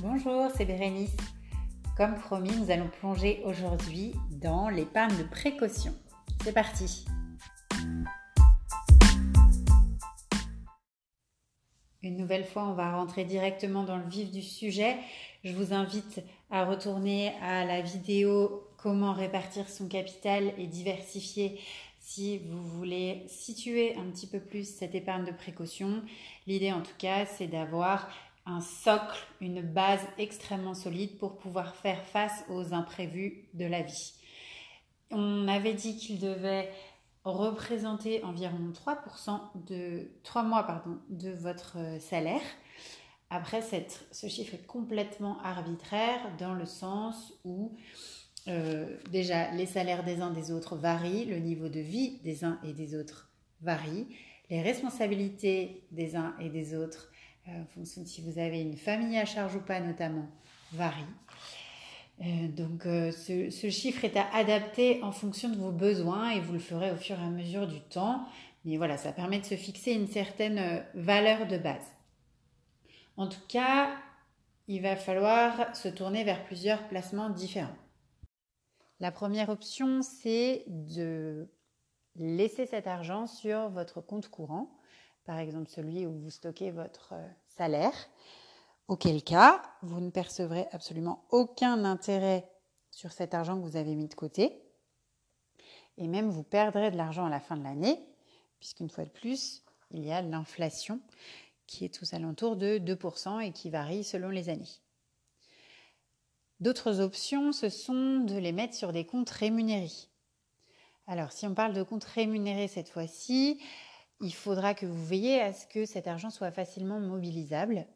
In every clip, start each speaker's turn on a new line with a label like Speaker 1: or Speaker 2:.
Speaker 1: Bonjour, c'est Bérénice. Comme promis, nous allons plonger aujourd'hui dans l'épargne de précaution. C'est parti! Une nouvelle fois, on va rentrer directement dans le vif du sujet. Je vous invite à retourner à la vidéo Comment répartir son capital et diversifier si vous voulez situer un petit peu plus cette épargne de précaution. L'idée en tout cas, c'est d'avoir un socle, une base extrêmement solide pour pouvoir faire face aux imprévus de la vie. On avait dit qu'il devait représenter environ 3 mois de votre salaire. Après, ce chiffre est complètement arbitraire dans le sens où déjà les salaires des uns des autres varient, le niveau de vie des uns et des autres varie, les responsabilités des uns et des autres, en fonction de si vous avez une famille à charge ou pas notamment, varient. Donc ce chiffre est à adapter en fonction de vos besoins et vous le ferez au fur et à mesure du temps. Mais voilà, ça permet de se fixer une certaine valeur de base. En tout cas, il va falloir se tourner vers plusieurs placements différents. La première option, c'est de laisser cet argent sur votre compte courant, par exemple celui où vous stockez votre salaire. Auquel cas, vous ne percevrez absolument aucun intérêt sur cet argent que vous avez mis de côté. Et même, vous perdrez de l'argent à la fin de l'année, puisqu'une fois de plus, il y a l'inflation qui est aux alentours de 2% et qui varie selon les années. D'autres options, ce sont de les mettre sur des comptes rémunérés. Alors, si on parle de comptes rémunérés cette fois-ci, il faudra que vous veilliez à ce que cet argent soit facilement mobilisable.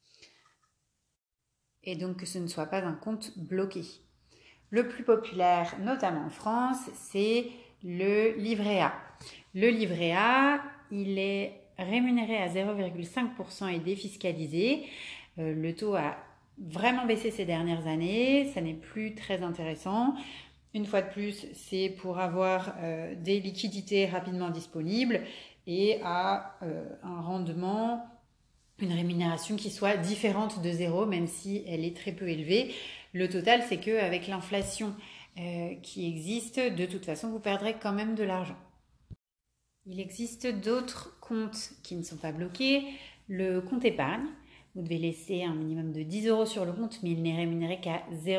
Speaker 1: Et donc que ce ne soit pas un compte bloqué. Le plus populaire, notamment en France, c'est le livret A. Le livret A, il est rémunéré à 0,5% et défiscalisé. Le taux a vraiment baissé ces dernières années, ça n'est plus très intéressant. Une fois de plus, c'est pour avoir des liquidités rapidement disponibles et à un rendement, une rémunération qui soit différente de zéro, même si elle est très peu élevée. Le total, c'est qu'avec l'inflation qui existe, de toute façon, vous perdrez quand même de l'argent. Il existe d'autres comptes qui ne sont pas bloqués. Le compte épargne, vous devez laisser un minimum de 10 € sur le compte, mais il n'est rémunéré qu'à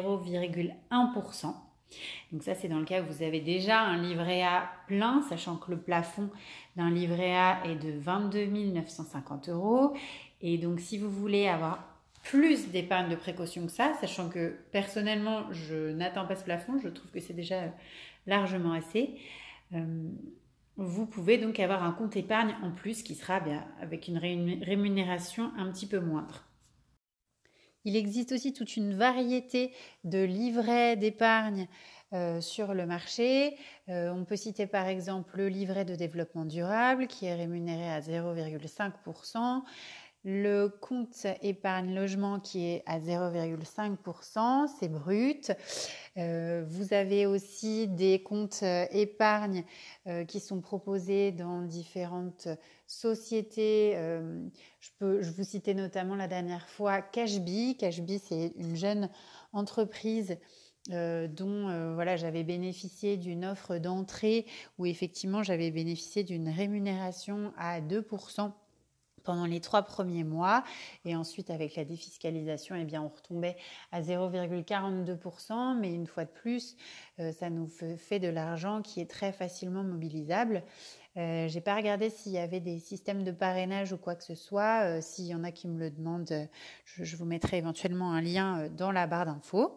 Speaker 1: 0,1%. Donc ça, c'est dans le cas où vous avez déjà un livret A plein, sachant que le plafond d'un livret A est de 22 950 €. Et donc, si vous voulez avoir plus d'épargne de précaution que ça, sachant que personnellement, je n'atteins pas ce plafond, je trouve que c'est déjà largement assez, vous pouvez donc avoir un compte épargne en plus qui sera avec une rémunération un petit peu moindre. Il existe aussi toute une variété de livrets d'épargne sur le marché. On peut citer par exemple le livret de développement durable qui est rémunéré à 0,5%. Le compte épargne logement qui est à 0,5%, c'est brut. Vous avez aussi des comptes épargne qui sont proposés dans différentes sociétés. Je vous citais notamment la dernière fois Cashbee. Cashbee, c'est une jeune entreprise dont j'avais bénéficié d'une offre d'entrée où effectivement j'avais bénéficié d'une rémunération à 2% pendant les 3 premiers mois et ensuite avec la défiscalisation on retombait à 0,42%, mais une fois de plus ça nous fait de l'argent qui est très facilement mobilisable. J'ai pas regardé s'il y avait des systèmes de parrainage ou quoi que ce soit. S'il y en a qui me le demandent, je vous mettrai éventuellement un lien dans la barre d'infos.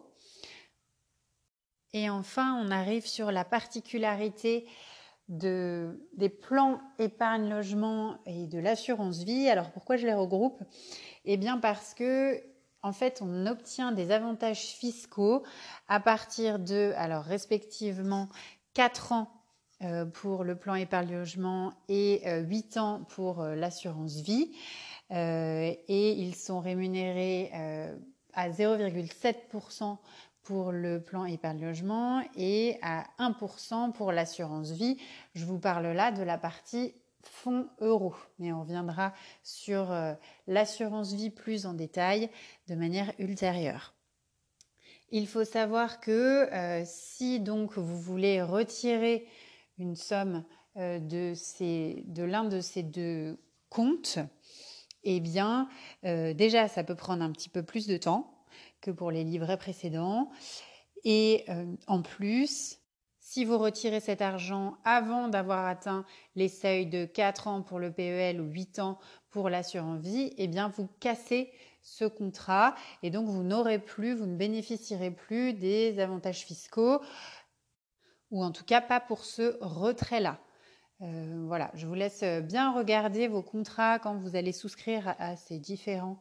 Speaker 1: Et enfin, on arrive sur la particularité des plans épargne logement et de l'assurance vie. Alors pourquoi je les regroupe ? Parce que en fait on obtient des avantages fiscaux à partir de respectivement 4 ans pour le plan épargne logement et 8 ans pour l'assurance vie, et ils sont rémunérés à 0,7% pour le plan épargne logement et à 1% pour l'assurance vie. Je vous parle là de la partie fonds euros. Mais on reviendra sur l'assurance vie plus en détail de manière ultérieure. Il faut savoir que si donc vous voulez retirer une somme de l'un de ces deux comptes, eh bien déjà ça peut prendre un petit peu plus de temps que pour les livrets précédents. Et en plus, si vous retirez cet argent avant d'avoir atteint les seuils de 4 ans pour le PEL ou 8 ans pour l'assurance vie, eh bien vous cassez ce contrat et donc vous ne bénéficierez plus des avantages fiscaux ou en tout cas pas pour ce retrait-là. Voilà, je vous laisse bien regarder vos contrats quand vous allez souscrire à ces différents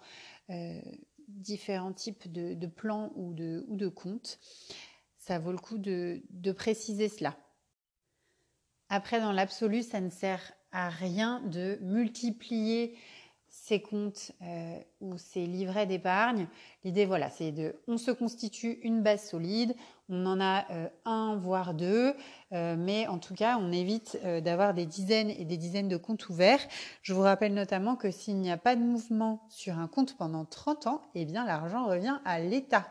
Speaker 1: types de plans ou de comptes. Ça vaut le coup de préciser cela. Après, dans l'absolu, ça ne sert à rien de multiplier ces comptes ou ces livrets d'épargne. L'idée, voilà, on se constitue une base solide, on en a un voire deux, mais en tout cas, on évite d'avoir des dizaines et des dizaines de comptes ouverts. Je vous rappelle notamment que s'il n'y a pas de mouvement sur un compte pendant 30 ans, eh bien l'argent revient à l'État.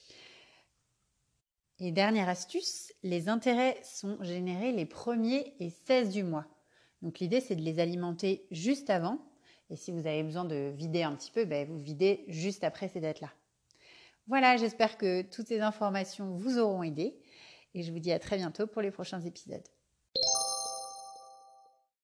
Speaker 1: Et dernière astuce, les intérêts sont générés les 1er et 16 du mois. Donc l'idée, c'est de les alimenter juste avant. Et si vous avez besoin de vider un petit peu, vous videz juste après ces dates-là. Voilà, j'espère que toutes ces informations vous auront aidé. Et je vous dis à très bientôt pour les prochains épisodes.